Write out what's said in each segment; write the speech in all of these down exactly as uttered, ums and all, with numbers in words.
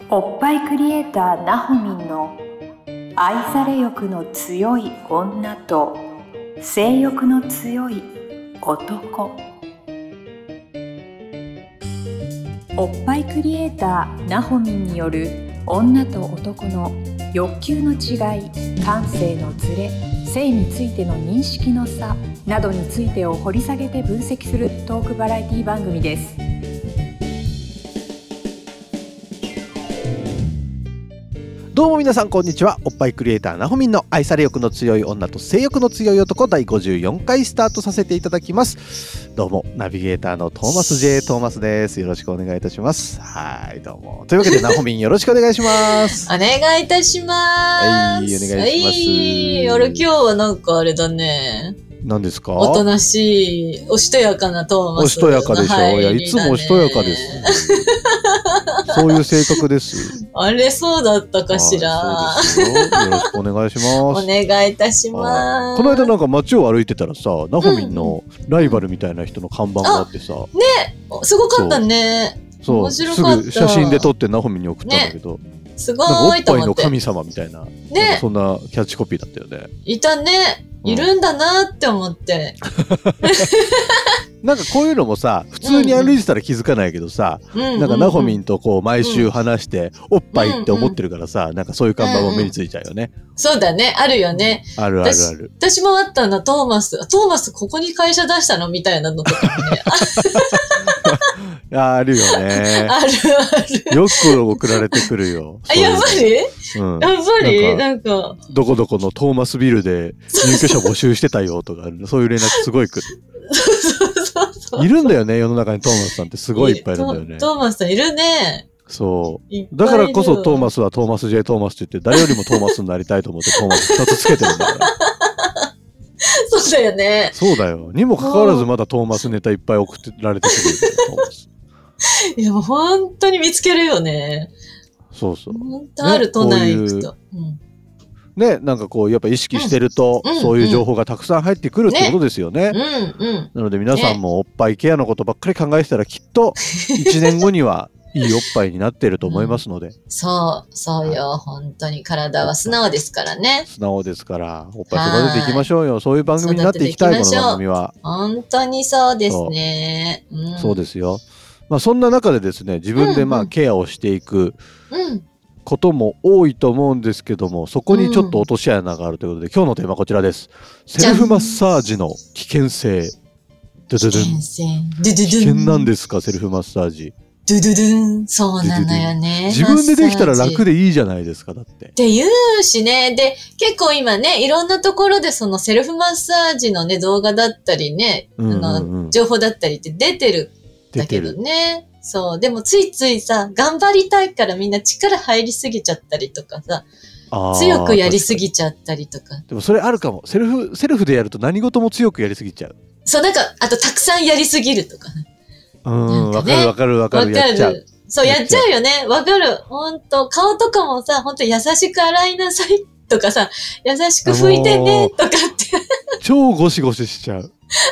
おっぱいクリエイターなほみんの愛され欲の強い女と性欲の強い男。おっぱいクリエイターなほみんによる女と男の欲求の違い、感性のズレ、性についての認識の差などについてを掘り下げて分析するトークバラエティ番組です。 どうも皆さんこんにちは。おっぱいクリエイターなほみんの愛され欲の強い女と性欲の強い男だいごじゅうよんかいスタートさせていただきます。どうもナビゲーターのトーマス J トーマスです。よろしくお願いいたします。はいどうもというわけでなほみんよろしくお願いしますお願いいたします。 はいお願いします。はい、 あれ今日はなんかあれだね。 何ですか？ おとなしいおしとやかなトーマスのおしとやかでしょ、 ね、 いやいつもおしとやかですそういう性格です。 あれそうだったかしら。 そうですよ。よろしくお願いします。お願いいたします。 この間なんか街を歩いてたらさ、なほみんのライバルみたいな人の看板があってさ、 うん、ねすごかったね。 そう面白かった。すぐ写真で撮ってなほみんに送ったんだけど、ね、 すごいと思って。 おっぱいの神様みたいな、ね、そんなキャッチコピーだったよね。 いたね。いるんだなって思って。 うん、なんかこういうのもさ、普通に歩いてたら気づかないけどさ、うんうん、なんかなほみんとこう毎週話して、うん、おっぱいって思ってるからさ、うんうん、なんかそういう看板も目についちゃうよね。 うんうん、そうだね、あるよね。 あるあるある。 私, 私もあったな、トーマス。トーマスここに会社出したのみたいなのとかもね。 あるよね。 あるある。 よく送られてくるよ。 あ、やっぱり、うん、やっぱりなんか、 なんか、どこどこのトーマスビルで入居者募集してたよとか、そういう連絡すごい来る。 そうそうそう。 いるんだよね、世の中にトーマスさんってすごいいっぱいいるんだよね。 トーマスさんいるね。 そう。だからこそトーマスはトーマス J トーマスって言って、誰よりもトーマスになりたいと思ってトーマスふたつつけてるんだから。 そうだよね。 そうだよ。にもかかわらずまだトーマスネタいっぱい送ってられてくるんだよ、トーマス。 いやもう本当に見つけるよね。 そうそう。 本当ある、ね、都内行くと。うんね、なんかこうやっぱ意識してると、うん、そういう情報がたくさん入ってくるってことですよね。 ねうんうん、 なので皆さんもおっぱいケアのことばっかり考えてたらきっといちねんごにはいいおっぱいになってると思いますので、うん、 そうそうよ、はい、本当に体は素直ですからね。 素直ですからおっぱい育てていきましょうよ。そういう番組になっていきたい、この番組は。 本当にそうですね。 そう、うん、そうですよ。まあそんな中でですね、自分でまあケアをしていく、うんうんことも多いと思うんですけども、そこにちょっと落とし穴があるということで、うん、今日のテーマはこちらです。セルフマッサージの危険性。 危険性。 危険なんですか、セルフマッサージ。 ドゥドゥドゥン。そうなのよね。 自分でできたら楽でいいじゃないですか、だって。 って言うしね。で、結構今ね、いろんなところでそのセルフマッサージのね、動画だったりね、うんうんうん、あの情報だったりって出てるんだけどね。そう。でもついついさ、頑張りたいからみんな力入りすぎちゃったりとかさ、強くやりすぎちゃったりとか。 でもそれあるかも。セルフ、セルフでやると何事も強くやりすぎちゃう。 そう、なんか、あとたくさんやりすぎるとか。 うん、わ、ね、かるわかるわかる。 わかる。そう、やっちゃうよね。わかる。ほんと、顔とかもさ、ほんと優しく洗いなさいとかさ、優しく拭いてねとかって。 超ゴシゴシしちゃう。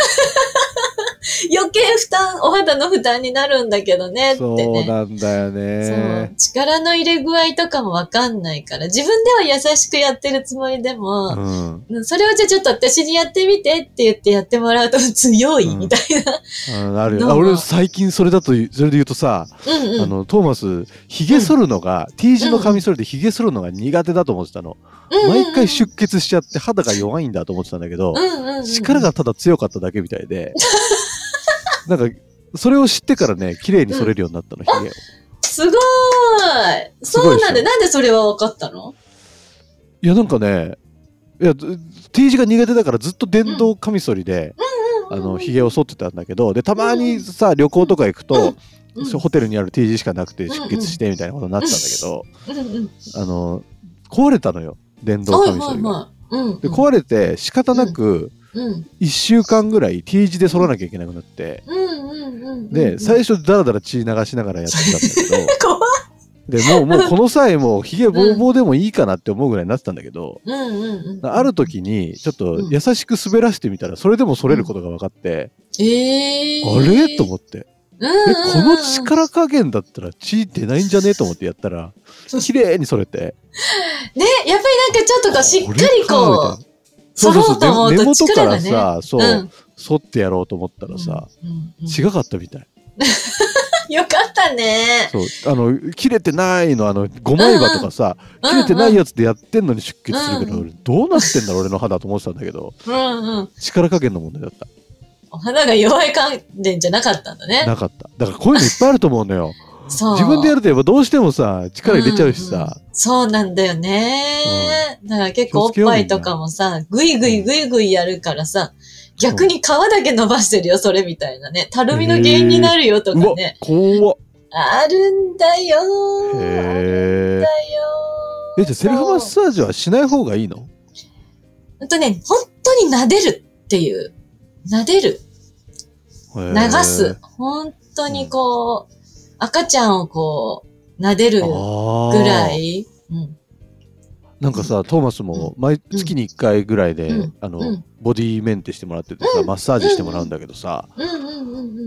余計負担、お肌の負担になるんだけどねってね。 そうなんだよね。 そう。力の入れ具合とかもわかんないから、自分では優しくやってるつもりでも、うん、それをじゃあちょっと私にやってみてって言ってやってもらうと強いみたいな、 うん。ああるよ。あ、俺最近それだと、それで言うとさ、うんうん、あの、トーマス、髭剃るのが、うん、T 字のカミソリで髭剃るのが苦手だと思ってたの。うんうん、毎回出血しちゃって肌が弱いんだと思ってたんだけど、うんうんうん、力がただ強かっただけみたいで、なんか、それを知ってからね、綺麗に剃れるようになったの、髭を。 すごーい。そうなんで、なんでそれは分かったの？ いや、なんかね、いや、T 字が苦手だからずっと電動カミソリで、あの、髭を剃ってたんだけど、で、たまにさ、旅行とか行くと、うん、ホテルにある T 字しかなくて出血してみたいなことになってたんだけど、あの、壊れたのよ、電動カミソリが。で、壊れて仕方なく、いっしゅうかんぐらい T 字で剃らなきゃいけなくなって、で、最初ダラダラ血流しながらやってたんだけど、でもうもうこの際もうひげぼうぼうでもいいかなって思うぐらいになってたんだけど、ある時にちょっと優しく滑らしてみたらそれでも剃れることが分かって、 えー、 あれと思って、 うんえうんうん、 この力加減だったら血出ないんじゃねえと思ってやったら綺麗にそれてね、やっぱりなんかちょっとこうしっかりこうそうそうそう揃うと思うと根元から力がねさそう、 うん沿ってやろうと思ったらさ、 うんうんうん、 違かったみたい。 よかったね。 そうあの切れてないのあのごまい刃とかさ、 うんうん、 切れてないやつでやってんのに出血するけど、 うん俺どうなってんだろう俺の肌と思ってたんだけど、 うんうん、 力加減の問題だった。 お肌が弱い関連じゃなかったんだね。 なかった。だからこういうのいっぱいあると思うのよ。 そう自分でやるとやっぱどうしてもさ力入れちゃうしさ、 うんうん、そうなんだよね、うん、だから結構おっぱいとかもさぐいぐいぐいぐいやるからさ、逆に皮だけ伸ばしてるよそれみたいなね、たるみの原因になるよとかね、 えー、怖っあるんだよー、 へー、 あるんだよーえじゃあセルフマッサージはしない方がいいの？ ほんとね、本当に撫でるっていう撫でる流す本当にこう、うん、赤ちゃんをこう撫でるぐらい、うん、 なんかさトーマスも毎月にいっかいぐらいで、うん、あの、うん、ボディメンテしてもらっててさ、うん、マッサージしてもらうんだけどさ、うん、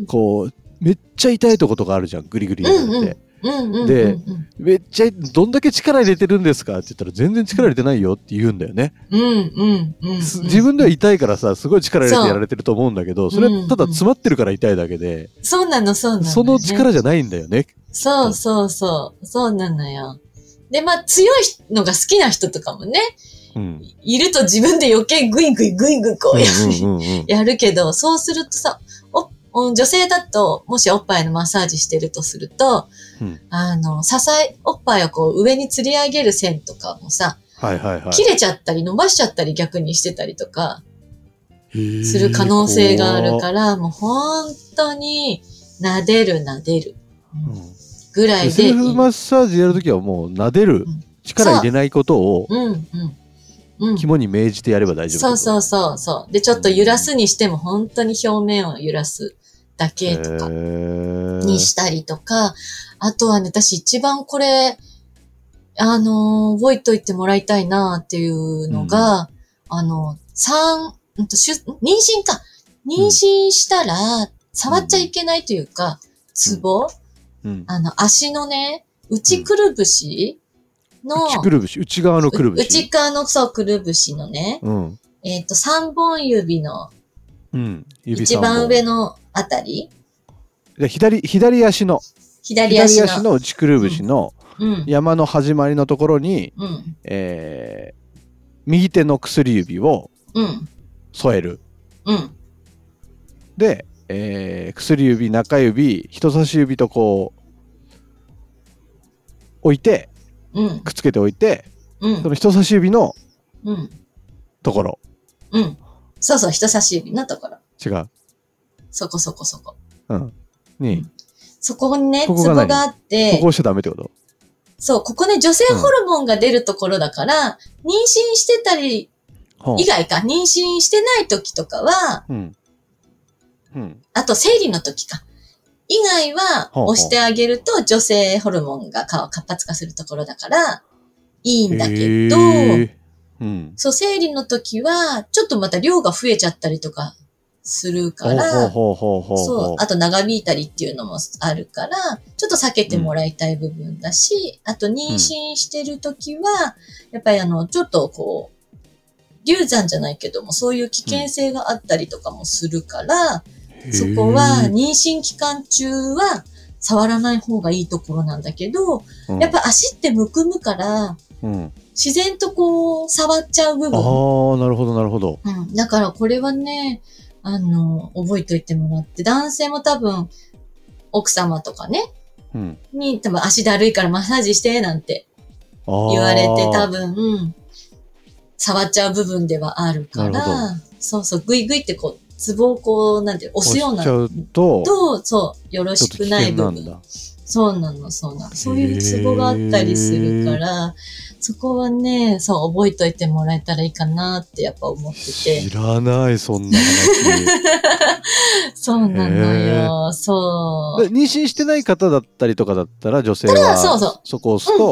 こうめっちゃ痛いとことかあるじゃんグリグリやって、うんうん、で、うんうん、めっちゃどんだけ力入れてるんですかって言ったら全然力入れてないよって言うんだよね、うんうんうんうん、自分では痛いからさすごい力入れてやられてると思うんだけど そ, それただ詰まってるから痛いだけで、 そうなのそうなの、ね、 その力じゃないんだよね。 そうそうそうそうなのよ。でまあ強いのが好きな人とかもね、うん、いると自分で余計グイグイグイグイこうやる、うんうんうんうん、やるけど、そうするとさ女性だと、もしおっぱいのマッサージしてるとすると、うん、あの、支え、おっぱいをこう上に吊り上げる線とかもさ、はいはいはい、切れちゃったり伸ばしちゃったり逆にしてたりとか、する可能性があるから、もう本当に撫でる撫でる、うん、ぐらいでいい。 セルフマッサージやるときはもう撫でる、うん、力入れないことを、うんうんうん、肝に銘じてやれば大丈夫。 そうそうそうそう。で、ちょっと揺らすにしても本当に表面を揺らす。だけとかにしたりとか、あとはね、私一番これ、あの、覚えといてもらいたいなっていうのが、うん、あの、三、妊娠か。妊娠したら、触っちゃいけないというか、ツボ、うん、あの、足のね、内くるぶしの、 内くるぶし、内側のくるぶし。 内側のそう、くるぶしのね、うん、えっと、三本指の、うん、指一番上のあたり左、左足の左足の左足の内くるぶしの山の始まりのところに、うんえー、右手の薬指を添える、うん、で、えー、薬指中指人差し指とこう置いて、うん、くっつけておいて、うん、その人差し指のところ、 うんうんそうそう、人差し指のところ。 違う。 そこそこそこ。 うん。に、うん、 そこにね、ツボがあって。 ここ押しちゃダメってこと？ そう、ここね、女性ホルモンが出るところだから、うん、妊娠してたり、以外か、妊娠してない時とかは、うんうん、あと生理の時か。以外は、押してあげると女性ホルモンが活発化するところだから、いいんだけど、うん、そう、生理の時は、ちょっとまた量が増えちゃったりとかするから、そう、あと長引いたりっていうのもあるから、ちょっと避けてもらいたい部分だし、うん、あと妊娠してる時は、やっぱりあの、ちょっとこう、流産じゃないけども、そういう危険性があったりとかもするから、うん、そこは妊娠期間中は触らない方がいいところなんだけど、うん、やっぱ足ってむくむから、うん自然とこう、触っちゃう部分。 ああ、なるほど、なるほど。 うん。だからこれはね、あの、覚えておいてもらって、男性も多分、奥様とかね、うん、に多分足だるいからマッサージして、なんて言われて多分、うん、触っちゃう部分ではあるから、そうそう、グイグイってこう、ツボをこう、なんて、押すような。 押しちゃうと、 と、そう、よろしくない部分。そうなの、そうなの。そういうツボがあったりするから、そこはね、そう、覚えといてもらえたらいいかなってやっぱ思ってて。 知らない、そんな話。 そうなのよ、そう。 妊娠してない方だったりとかだったら、女性は、 そうそうそこを押すと、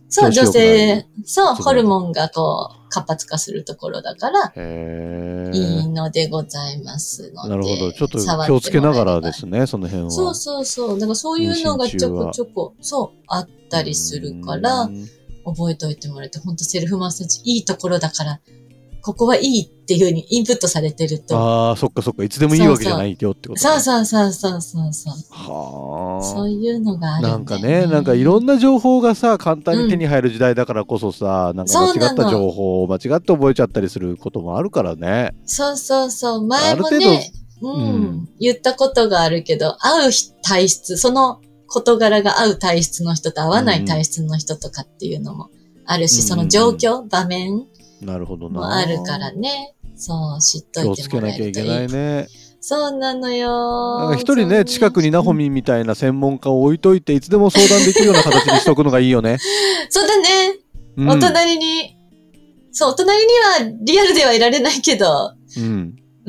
そう、女性、そう、 そうホルモンがこう、活発化するところだから、 へいいのでございますので。 なるほど。ちょっと気をつけながらですね、その辺は。 そうそうそう。だからそういうのがちょこちょこ、そう、あったりするから、覚えておいてもらえて、本当セルフマッサージいいところだから、ここはいいっていう風にインプットされてると。 ああ、そっかそっか。いつでもいいわけじゃないよってこと、ね、 そうそうそうそうそうそう。 はあ。 そういうのがあるんだよね。 なんかね、なんかいろんな情報がさ、簡単に手に入る時代だからこそさ、うん、なんか間違った情報を間違って覚えちゃったりすることもあるからね。 そうそうそう。前もね、うん、うん、言ったことがあるけど、合う体質、その事柄が合う体質の人と合わない体質の人とかっていうのもあるし、うん、その状況、場面なるほどな。 もあるからね。そう、知っといてもらえるといい。 気をつけなきゃいけないね。 そうなのよ。 一人ね、近くにナホミンみたいな専門家を置いといて、いつでも相談できるような形にしとくのがいいよね。 そうだね。うん、お隣に、そう、お隣にはリアルではいられないけど、うん。うん。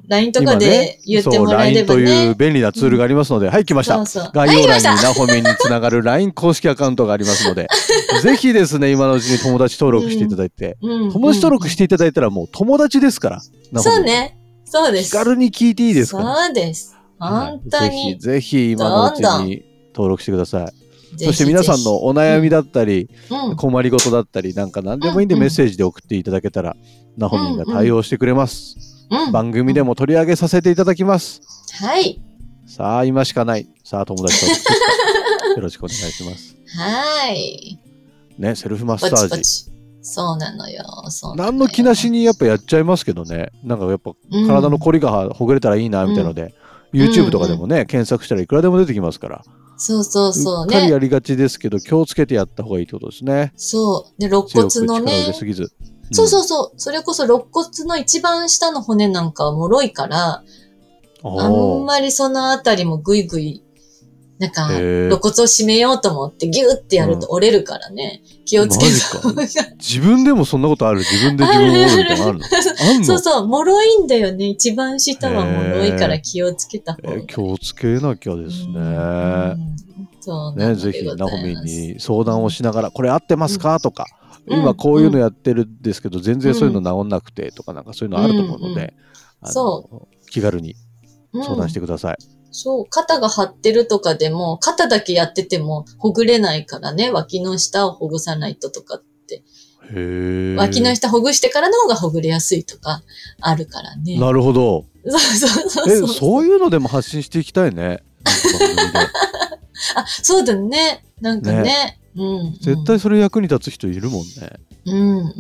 ライン とかで言ってもらえればね。そう、 ライン という便利なツールがありますので、うん、はい、来ました。そうそう概要欄にナホミンにつながる ライン 公式アカウントがありますので、ぜひですね、今のうちに友達登録していただいて、うん、友達登録していただいたらもう友達ですから。 そうね。そうです。 気軽に聞いていいですか、 そうです。本当に。 はい、ぜひ、ぜひ今のうちに登録してください。そして皆さんのお悩みだったり、うん、困りごとだったり、なんか何でもいいんでメッセージで送っていただけたら、ナホミンが対応してくれます。うんうん、番組でも取り上げさせていただきます。 はい。 さあ、今しかない。さあ、友達とよろしくお願いします。 はい。 ね、セルフマッサージ。 ポチポチそうなのよ。そう何の気なしにやっぱやっちゃいますけどね。なんかやっぱ体のこりがほぐれたらいいなみたいなので、うん、YouTube とかでもね、うんうん、検索したらいくらでも出てきますから。 そうそうそうね。 うっかりやりがちですけど、気をつけてやった方がいいってことですね。 そう。で、肋骨のね。 強く力を入れすぎず。 うん、そうそうそう。それこそ肋骨の一番下の骨なんかは脆いから、あんまりそのあたりもぐいぐい、なんか、肋骨を締めようと思ってギューってやると折れるからね。うん、気をつけた方が。 自分でもそんなことある？自分で自分を折るみたいなのあるの？あんの？ そうそう、脆いんだよね。一番下は脆いから気をつけた方がいい。 えー、気をつけなきゃですね。うんそうね、ぜひ、ナホミンに相談をしながら、これ合ってますかとか、うん、今こういうのやってるんですけど、うん、全然そういうの治んなくてとか、なんかそういうのあると思うので、うんうん、そう気軽に相談してください。 うんそう、肩が張ってるとかでも、肩だけやっててもほぐれないからね、脇の下をほぐさないととかって。 へー。 脇の下ほぐしてからの方がほぐれやすいとかあるからね。 なるほど。 そうそうそうそう。 え、そういうのでも発信していきたいね。 あ、そうだね。なんかね。ねうん、うん。 絶対それ役に立つ人いるもんね。 うんうん。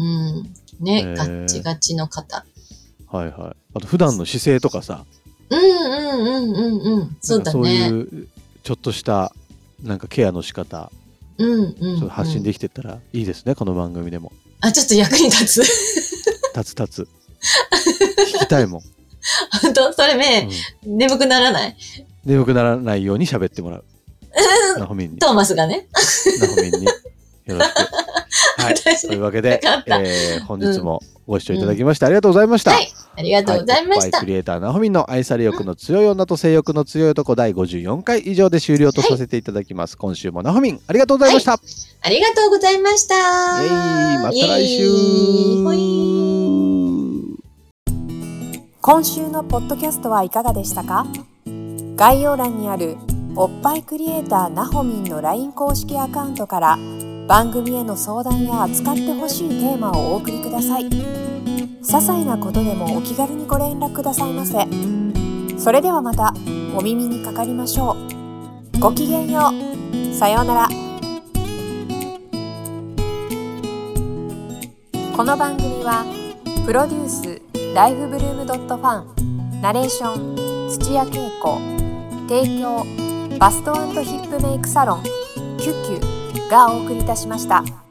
ね、ガッチガチの肩。 はいはい。あと普段の姿勢とかさ。 うんうんうんうんうん。そうだね。そういうちょっとしたなんかケアの仕方、 うんうん、うん、 発信できてったらいいですね、この番組でも。 あ、ちょっと役に立つ。 立つ立つ。聞きたいもん。 本当？それ目、うん、眠くならない？ 眠くならないように喋ってもらう。ナホミンに。 トーマスがね。 ナホミンによろしく。はい。というわけで、えー、本日もご視聴いただきまして、うん、ありがとうございました。 はい。ありがとうございました。 はい、クリエイターナホミンの愛され欲の強い女と性欲の強い男だいごじゅうよんかい以上で終了とさせていただきます。はい、今週もナホミンありがとうございました。はい、 ありがとうございました。 イエーイ、また来週。 ほい。 今週のポッドキャストはいかがでしたか？概要欄にあるおっぱいクリエイターナホミンの ライン 公式アカウントから番組への相談や扱ってほしいテーマをお送りください。些細なことでもお気軽にご連絡くださいませ。それではまたお耳にかかりましょう。ごきげんよう。さようなら。この番組はプロデュースライフブルームドットファン、ナレーション土屋恵子、提供バスト&ヒップメイクサロンキュッキュがお送りいたしました。